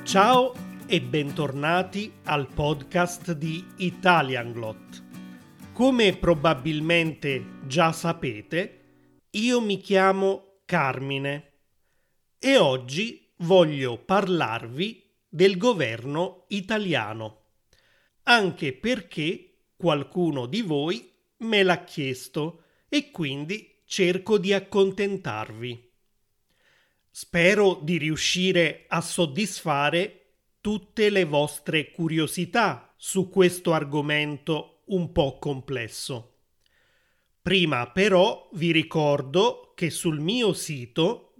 Ciao e bentornati al podcast di Italianglot. Come probabilmente già sapete, io mi chiamo Carmine e oggi voglio parlarvi del governo italiano, anche perché qualcuno di voi me l'ha chiesto e quindi cerco di accontentarvi. Spero di riuscire a soddisfare tutte le vostre curiosità su questo argomento un po' complesso. Prima però vi ricordo che sul mio sito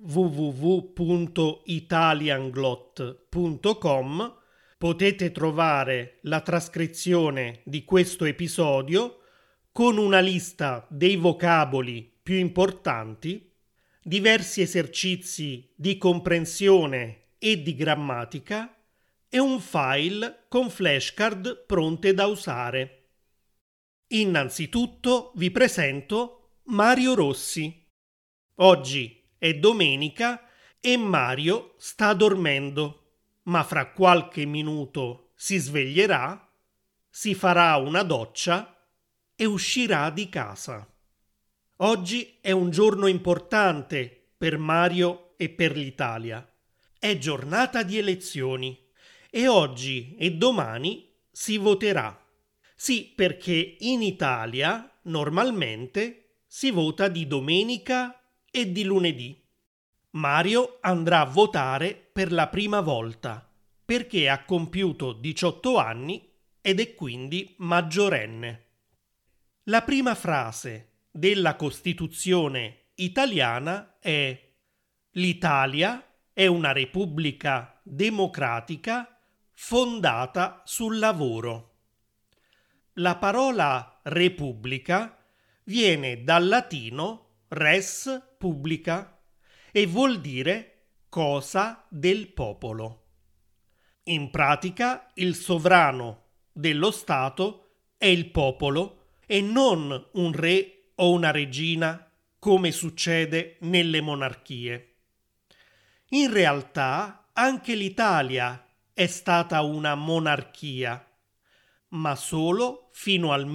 www.italianglot.com potete trovare la trascrizione di questo episodio con una lista dei vocaboli più importanti, diversi esercizi di comprensione e di grammatica e un file con flashcard pronte da usare. Innanzitutto vi presento Mario Rossi. Oggi è domenica e Mario sta dormendo, ma fra qualche minuto si sveglierà, si farà una doccia e uscirà di casa. Oggi è un giorno importante per Mario e per l'Italia. È giornata di elezioni e oggi e domani si voterà. Sì, perché in Italia normalmente si vota di domenica e di lunedì. Mario andrà a votare per la prima volta perché ha compiuto 18 anni ed è quindi maggiorenne. La prima frase della Costituzione italiana è: l'Italia è una repubblica democratica fondata sul lavoro. La parola repubblica viene dal latino res publica e vuol dire cosa del popolo. In pratica, il sovrano dello Stato è il popolo e non un re o una regina come succede nelle monarchie. In realtà anche l'Italia è stata una monarchia, ma solo fino al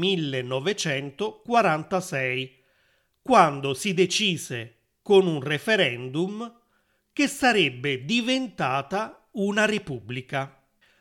1946, quando si decise con un referendum che sarebbe diventata una repubblica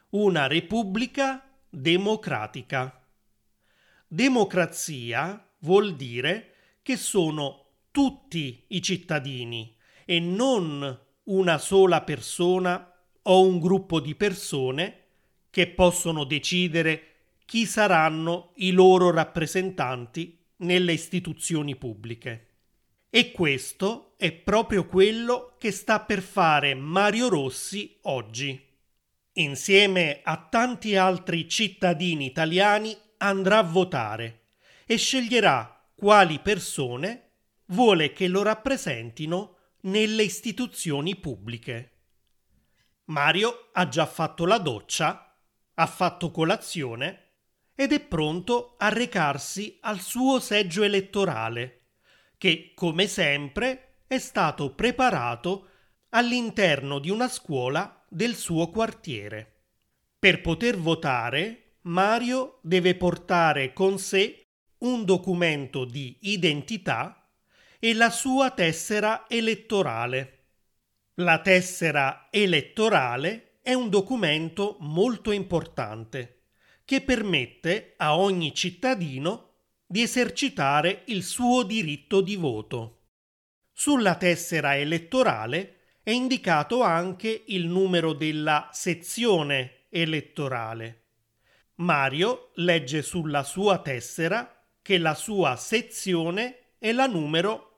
democratica. Democrazia vuol dire che sono tutti i cittadini e non una sola persona o un gruppo di persone che possono decidere chi saranno i loro rappresentanti nelle istituzioni pubbliche. E questo è proprio quello che sta per fare Mario Rossi oggi. Insieme a tanti altri cittadini italiani andrà a votare e sceglierà quali persone vuole che lo rappresentino nelle istituzioni pubbliche. Mario ha già fatto la doccia, ha fatto colazione ed è pronto a recarsi al suo seggio elettorale, che, come sempre, è stato preparato all'interno di una scuola del suo quartiere. Per poter votare, Mario deve portare con sé un documento di identità e la sua tessera elettorale. La tessera elettorale è un documento molto importante che permette a ogni cittadino di esercitare il suo diritto di voto. Sulla tessera elettorale è indicato anche il numero della sezione elettorale. Mario legge sulla sua tessera che la sua sezione è la numero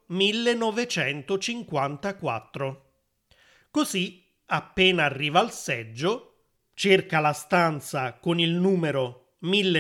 1954. Così, appena arriva al seggio, cerca la stanza con il numero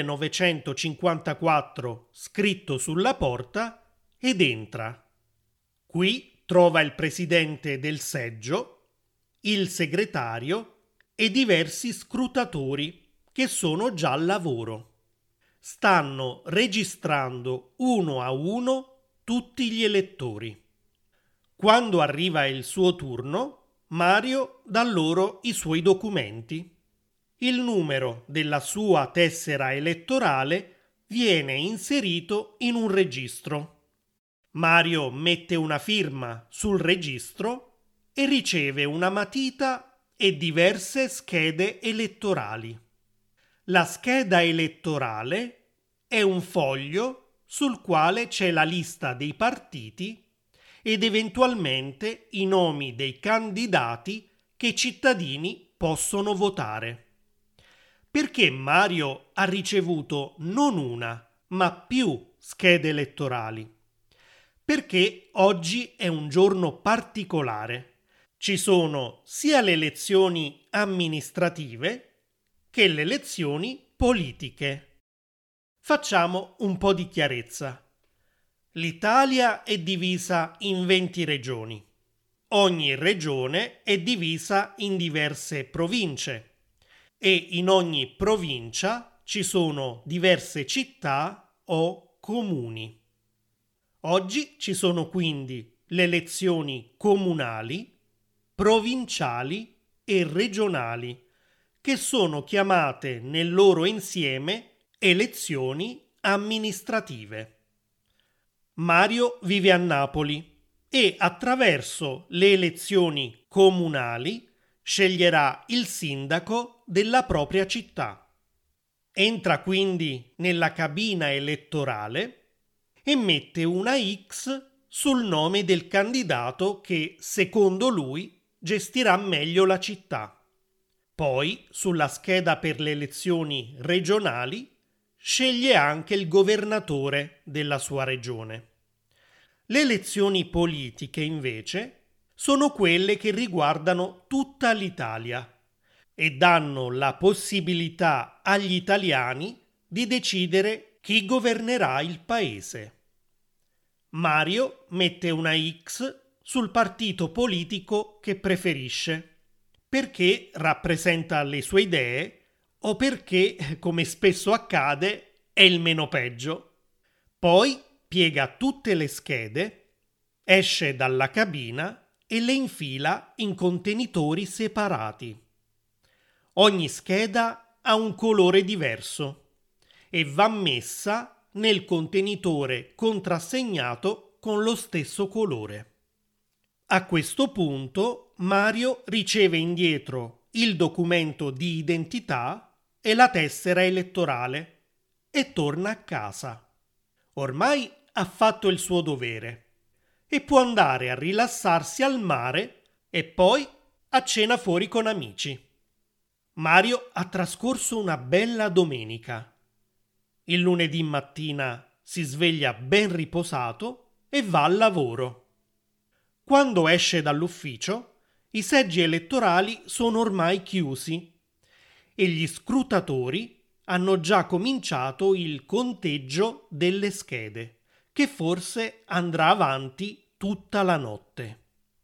1954 scritto sulla porta ed entra. Qui trova il presidente del seggio, il segretario e diversi scrutatori che sono già al lavoro. Stanno registrando uno a uno tutti gli elettori. Quando arriva il suo turno, Mario dà loro i suoi documenti. Il numero della sua tessera elettorale viene inserito in un registro. Mario mette una firma sul registro e riceve una matita e diverse schede elettorali. La scheda elettorale è un foglio sul quale c'è la lista dei partiti ed eventualmente i nomi dei candidati che i cittadini possono votare. Perché Mario ha ricevuto non una, ma più schede elettorali? Perché oggi è un giorno particolare. Ci sono sia le elezioni amministrative che le elezioni politiche. Facciamo un po' di chiarezza. L'Italia è divisa in 20 regioni. Ogni regione è divisa in diverse province e in ogni provincia ci sono diverse città o comuni. Oggi ci sono quindi le elezioni comunali, provinciali e regionali, che sono chiamate nel loro insieme elezioni amministrative. Mario vive a Napoli e attraverso le elezioni comunali sceglierà il sindaco della propria città. Entra quindi nella cabina elettorale e mette una X sul nome del candidato che, secondo lui, gestirà meglio la città. Poi, sulla scheda per le elezioni regionali, sceglie anche il governatore della sua regione. Le elezioni politiche, invece, sono quelle che riguardano tutta l'Italia e danno la possibilità agli italiani di decidere chi governerà il paese. Mario mette una X sul partito politico che preferisce, perché rappresenta le sue idee o perché, come spesso accade, è il meno peggio. Poi piega tutte le schede, esce dalla cabina e le infila in contenitori separati. Ogni scheda ha un colore diverso e va messa nel contenitore contrassegnato con lo stesso colore. A questo punto Mario riceve indietro il documento di identità e la tessera elettorale e torna a casa. Ormai ha fatto il suo dovere e può andare a rilassarsi al mare e poi a cena fuori con amici. Mario ha trascorso una bella domenica. Il lunedì mattina si sveglia ben riposato e va al lavoro. Quando esce dall'ufficio, i seggi elettorali sono ormai chiusi e gli scrutatori hanno già cominciato il conteggio delle schede, che forse andrà avanti tutta la notte.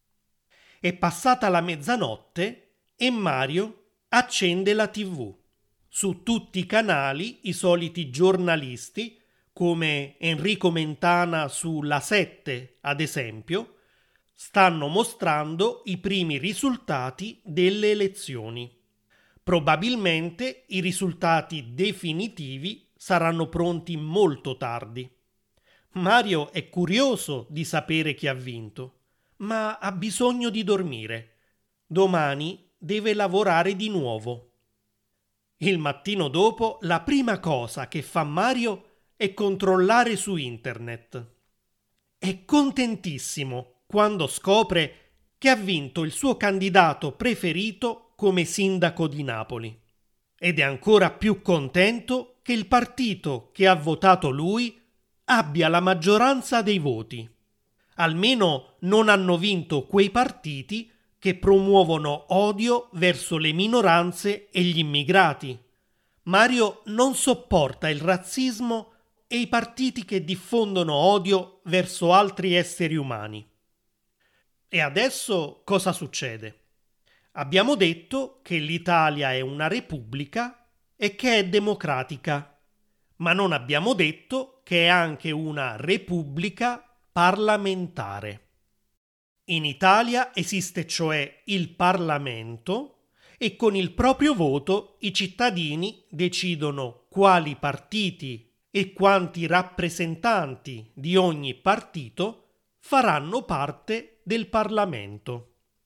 È passata la mezzanotte e Mario accende la TV. Su tutti i canali i soliti giornalisti, come Enrico Mentana su La 7, ad esempio, stanno mostrando i primi risultati delle elezioni. Probabilmente i risultati definitivi saranno pronti molto tardi. Mario è curioso di sapere chi ha vinto, ma ha bisogno di dormire. Domani deve lavorare di nuovo. Il mattino dopo, la prima cosa che fa Mario è controllare su internet. È contentissimo quando scopre che ha vinto il suo candidato preferito come sindaco di Napoli. Ed è ancora più contento che il partito che ha votato lui abbia la maggioranza dei voti. Almeno non hanno vinto quei partiti che promuovono odio verso le minoranze e gli immigrati. Mario non sopporta il razzismo e i partiti che diffondono odio verso altri esseri umani. E adesso cosa succede? Abbiamo detto che l'Italia è una repubblica e che è democratica, ma non abbiamo detto che è anche una repubblica parlamentare. In Italia esiste cioè il Parlamento e con il proprio voto i cittadini decidono quali partiti e quanti rappresentanti di ogni partito faranno parte del Parlamento.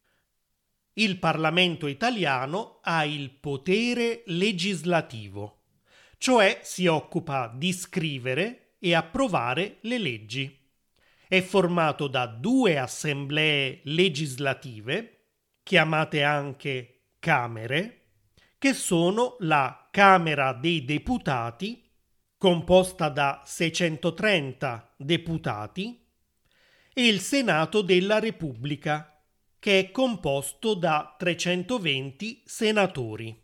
Il Parlamento italiano ha il potere legislativo, cioè si occupa di scrivere e approvare le leggi. È formato da 2 assemblee legislative, chiamate anche Camere, che sono la Camera dei Deputati, composta da 630 deputati, e il Senato della Repubblica, che è composto da 320 senatori.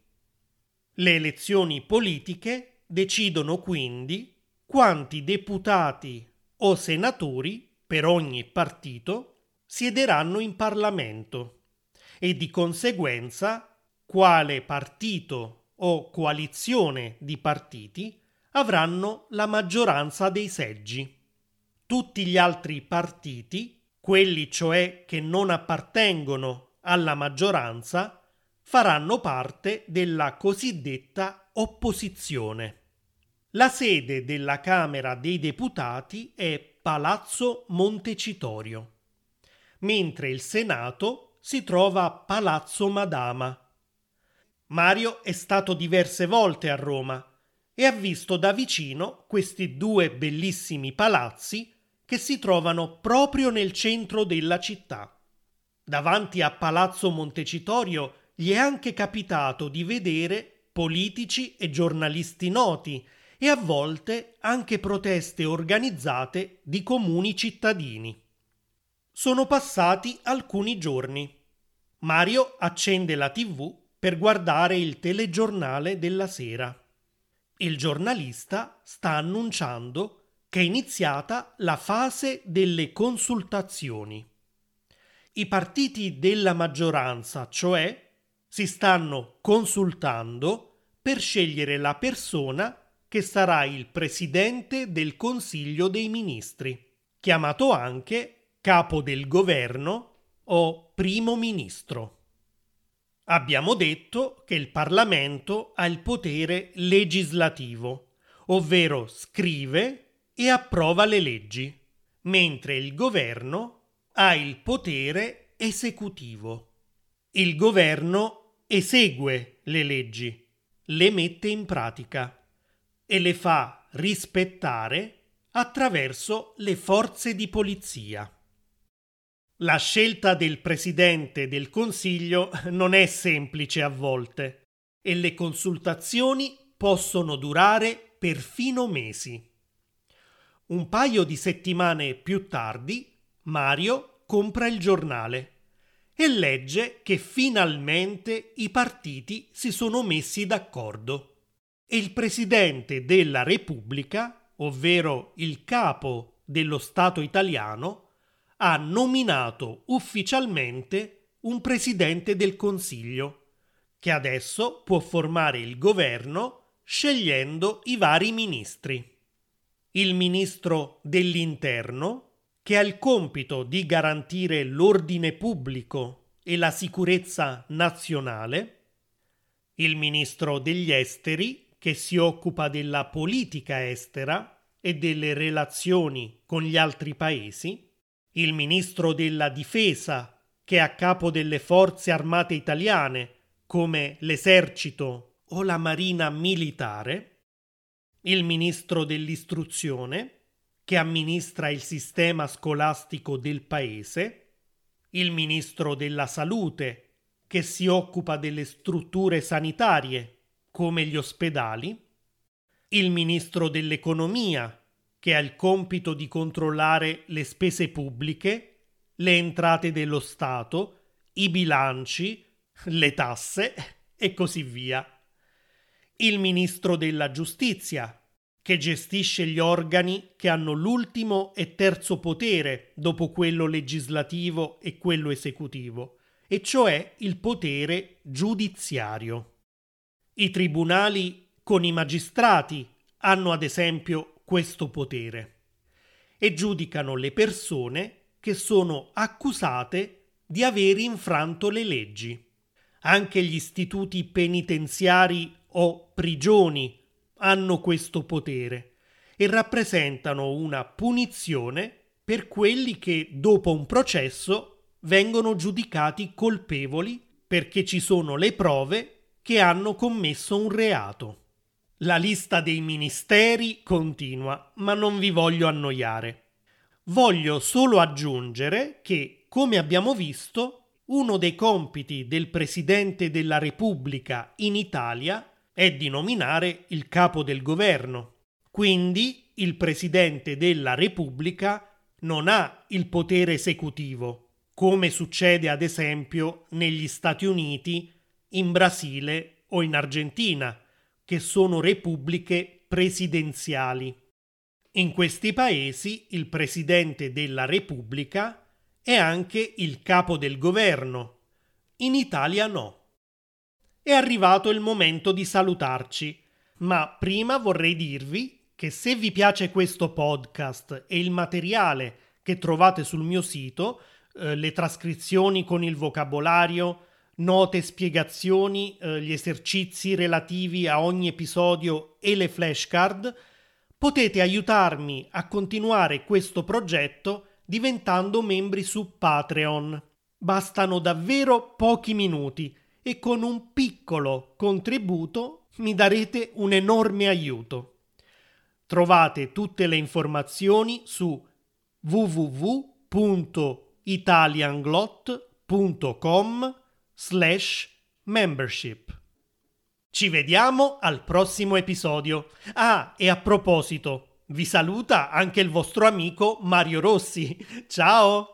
Le elezioni politiche decidono quindi quanti deputati o senatori per ogni partito siederanno in Parlamento e di conseguenza quale partito o coalizione di partiti avranno la maggioranza dei seggi. Tutti gli altri partiti, quelli cioè che non appartengono alla maggioranza, faranno parte della cosiddetta opposizione. La sede della Camera dei Deputati è Palazzo Montecitorio, mentre il Senato si trova a Palazzo Madama. Mario è stato diverse volte a Roma e ha visto da vicino questi 2 bellissimi palazzi che si trovano proprio nel centro della città. Davanti a Palazzo Montecitorio gli è anche capitato di vedere politici e giornalisti noti e a volte anche proteste organizzate di comuni cittadini. Sono passati alcuni giorni. Mario accende la TV per guardare il telegiornale della sera. Il giornalista sta annunciando che è iniziata la fase delle consultazioni. I partiti della maggioranza, cioè, si stanno consultando per scegliere la persona che sarà il presidente del Consiglio dei Ministri, chiamato anche capo del governo o primo ministro. Abbiamo detto che il Parlamento ha il potere legislativo, ovvero scrive e approva le leggi, mentre il governo ha il potere esecutivo. Il governo esegue le leggi, le mette in pratica e le fa rispettare attraverso le forze di polizia. La scelta del Presidente del Consiglio non è semplice a volte e le consultazioni possono durare perfino mesi. Un paio di settimane più tardi, Mario compra il giornale e legge che finalmente i partiti si sono messi d'accordo e il Presidente della Repubblica, ovvero il capo dello Stato italiano, ha nominato ufficialmente un Presidente del Consiglio, che adesso può formare il governo scegliendo i vari ministri. Il Ministro dell'Interno, che ha il compito di garantire l'ordine pubblico e la sicurezza nazionale, il Ministro degli Esteri, che si occupa della politica estera e delle relazioni con gli altri paesi, il Ministro della Difesa, che è a capo delle forze armate italiane, come l'Esercito o la Marina Militare, il Ministro dell'Istruzione, che amministra il sistema scolastico del paese, il Ministro della Salute, che si occupa delle strutture sanitarie, come gli ospedali, il Ministro dell'Economia, che ha il compito di controllare le spese pubbliche, le entrate dello Stato, i bilanci, le tasse e così via. Il Ministro della Giustizia, che gestisce gli organi che hanno l'ultimo e terzo potere dopo quello legislativo e quello esecutivo, e cioè il potere giudiziario. I tribunali con i magistrati hanno ad esempio questo potere e giudicano le persone che sono accusate di aver infranto le leggi. Anche gli istituti penitenziari o prigioni hanno questo potere e rappresentano una punizione per quelli che dopo un processo vengono giudicati colpevoli perché ci sono le prove che hanno commesso un reato. La lista dei ministeri continua, ma non vi voglio annoiare. Voglio solo aggiungere che, come abbiamo visto, uno dei compiti del Presidente della Repubblica in Italia è di nominare il capo del governo. Quindi il Presidente della Repubblica non ha il potere esecutivo, come succede ad esempio negli Stati Uniti, in Brasile o in Argentina, che sono repubbliche presidenziali. In questi paesi il Presidente della Repubblica è anche il capo del governo. In Italia no. È arrivato il momento di salutarci, ma prima vorrei dirvi che se vi piace questo podcast e il materiale che trovate sul mio sito, le trascrizioni con il vocabolario, note, spiegazioni, gli esercizi relativi a ogni episodio e le flashcard, potete aiutarmi a continuare questo progetto diventando membri su Patreon. Bastano davvero pochi minuti e con un piccolo contributo mi darete un enorme aiuto. Trovate tutte le informazioni su www.italianglot.com/membership. Ci vediamo al prossimo episodio. Ah, e a proposito, vi saluta anche il vostro amico Mario Rossi. Ciao!